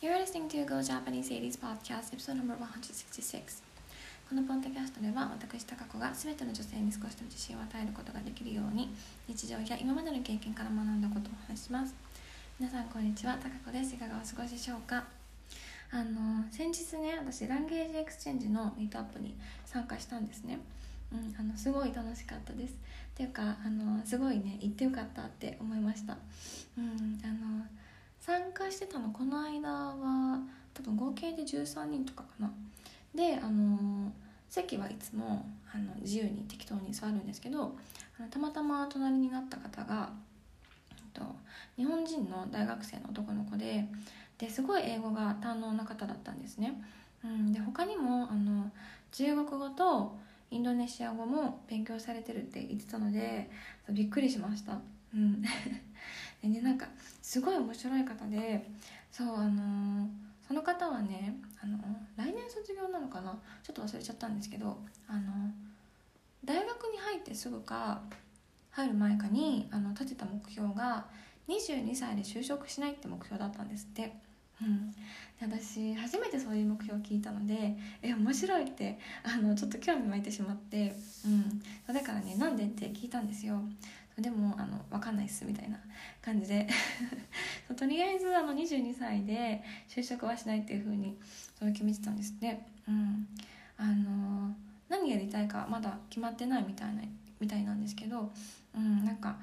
You're listening to Go Japanese 80s Podcast Episode No. 166。このポッドキャストでは私タカ子が全ての女性に少しでも自信を与えることができるように日常や今までの経験から学んだことをお話します。皆さんこんにちは、タカ子です。いかがお過ごしでしょうか。先日ね、私ランゲージエクスチェンジのミートアップに参加したんですね。すごい楽しかったです。っていうかすごいね、行ってよかったって思いました。参加してたのこの間は多分合計で13人とかかな。で席はいつも自由に適当に座るんですけど、たまたま隣になった方が日本人の大学生の男の子ですごい英語が堪能な方だったんですね。で他にも中国語とインドネシア語も勉強されてるって言ってたのでびっくりしました。でね、なんかすごい面白い方で、そうその方はね来年卒業なのかな、ちょっと忘れちゃったんですけど大学に入ってすぐか入る前かに立てた目標が22歳で就職しないって目標だったんですって。で私初めてそういう目標を聞いたので面白いってちょっと興味湧いてしまって、だからねなんでって聞いたんですよ。でも分かんないっすみたいな感じでとりあえず22歳で就職はしないっていう風に決めてたんですって。何やりたいかまだ決まってないみたいなんですけど、なんか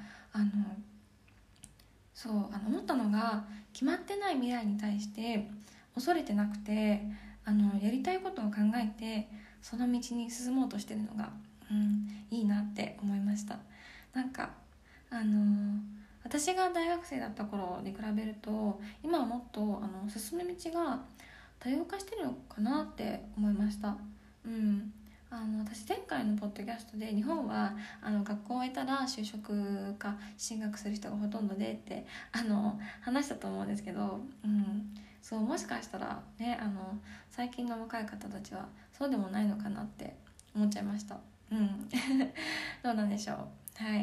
そう思ったのが、決まってない未来に対して恐れてなくてやりたいことを考えてその道に進もうとしてるのが、いいなって思いました。なんか私が大学生だった頃に比べると今はもっと進む道が多様化してるのかなって思いました。私前回のポッドキャストで日本は学校を終えたら就職か進学する人がほとんどでって話したと思うんですけど、そうもしかしたらね最近の若い方たちはそうでもないのかなって思っちゃいました。どうなんでしょう。はい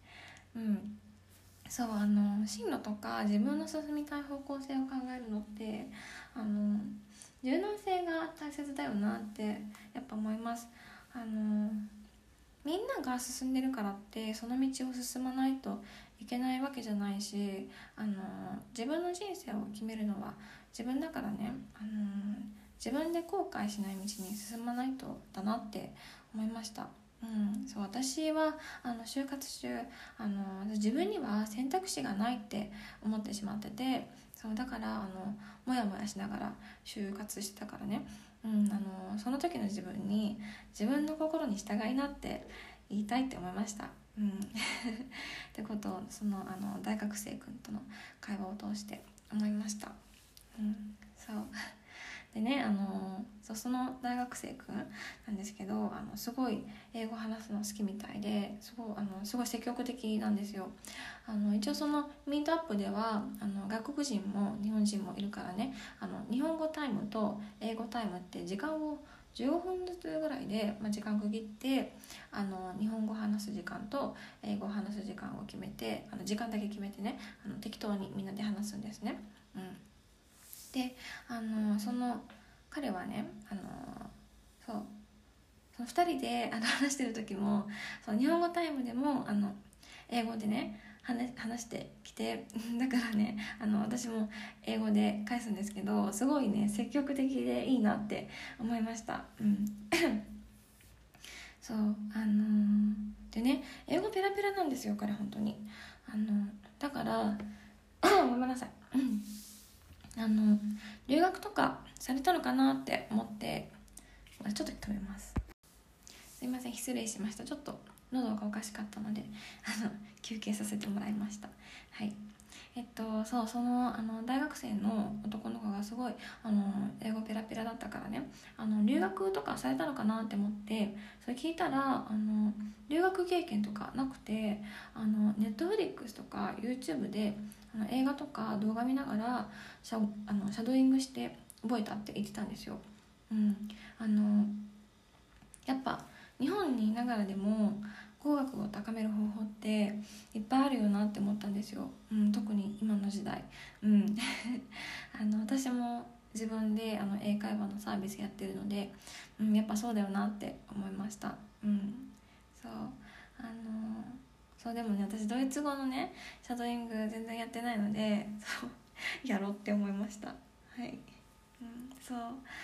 そう進路とか自分の進みたい方向性を考えるのって柔軟性が大切だよなってやっぱ思います。みんなが進んでるからってその道を進まないといけないわけじゃないし、自分の人生を決めるのは自分だからね、自分で後悔しない道に進まないとだなって思いました。そう私は就活中自分には選択肢がないって思ってしまってて、そうだからもやもやしながら就活してたからね、その時の自分に自分の心に従いなって言いたいって思いました。ってことを大学生くんとの会話を通して思いました。そうでねその大学生くんなんですけどすごい英語話すの好きみたいですごい積極的なんですよ。一応そのミートアップでは外国人も日本人もいるからね日本語タイムと英語タイムって時間を15分ずつぐらいで、時間区切って日本語話す時間と英語話す時間を決めて時間だけ決めてね適当にみんなで話すんですね。でその彼はねその2人で話してる時も日本語タイムでも英語でね話してきてだからね私も英語で返すんですけどすごいね積極的でいいなって思いました。そうでね英語ペラペラなんですよ彼本当にだからごめんなさい留学とかされたのかなって思ってちょっと止めます。すいません、失礼しました。ちょっと喉がおかしかったので休憩させてもらいました。はいそうその大学生の男の子がすごい英語ペラペラだったからね留学とかされたのかなって思ってそれ聞いたら留学経験とかなくてNetflix とか YouTube で映画とか動画見ながらシャドーイングして覚えたって言ってたんですよ。やっぱ日本にいながらでも語学を高める方法っていっぱいあるよなって思ったんですよ、特に今の時代、私も自分で英会話のサービスやってるので、やっぱそうだよなって思いました。そうそうでもね、私ドイツ語のねシャドーイング全然やってないので、そうやろうって思いました。はい、そう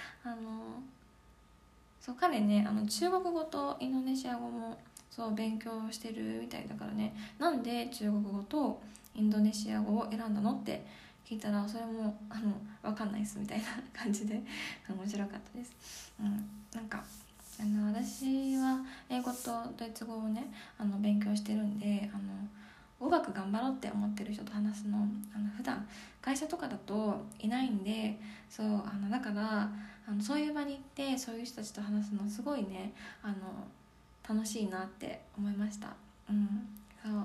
そう彼ね中国語とインドネシア語もそう勉強してるみたいだからね、なんで中国語とインドネシア語を選んだのって聞いたら、それも分かんないっすみたいな感じで面白かったです。なんか私は英語とドイツ語をね勉強してるんで、語学頑張ろうって思ってる人と話すの普段会社とかだといないんで、そうだからそういう場に行ってそういう人たちと話すのすごいね楽しいなって思いました。そう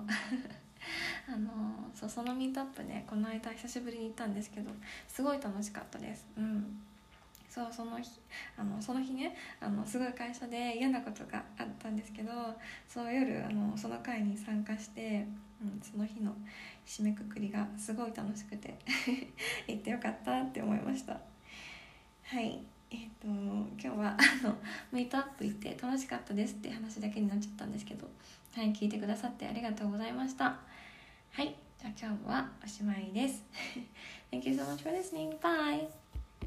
そうそのミートアップね、この間久しぶりに行ったんですけど、すごい楽しかったです。そうその日ねすごい会社で嫌なことがあったんですけど、そう夜その会に参加して、その日の締めくくりがすごい楽しくて行ってよかったって思いました。はい、今日はミートアップ行って楽しかったですって話だけになっちゃったんですけど、はい、聞いてくださってありがとうございました。はい、じゃあ今日はおしまいです。Thank you so much for listening. Bye!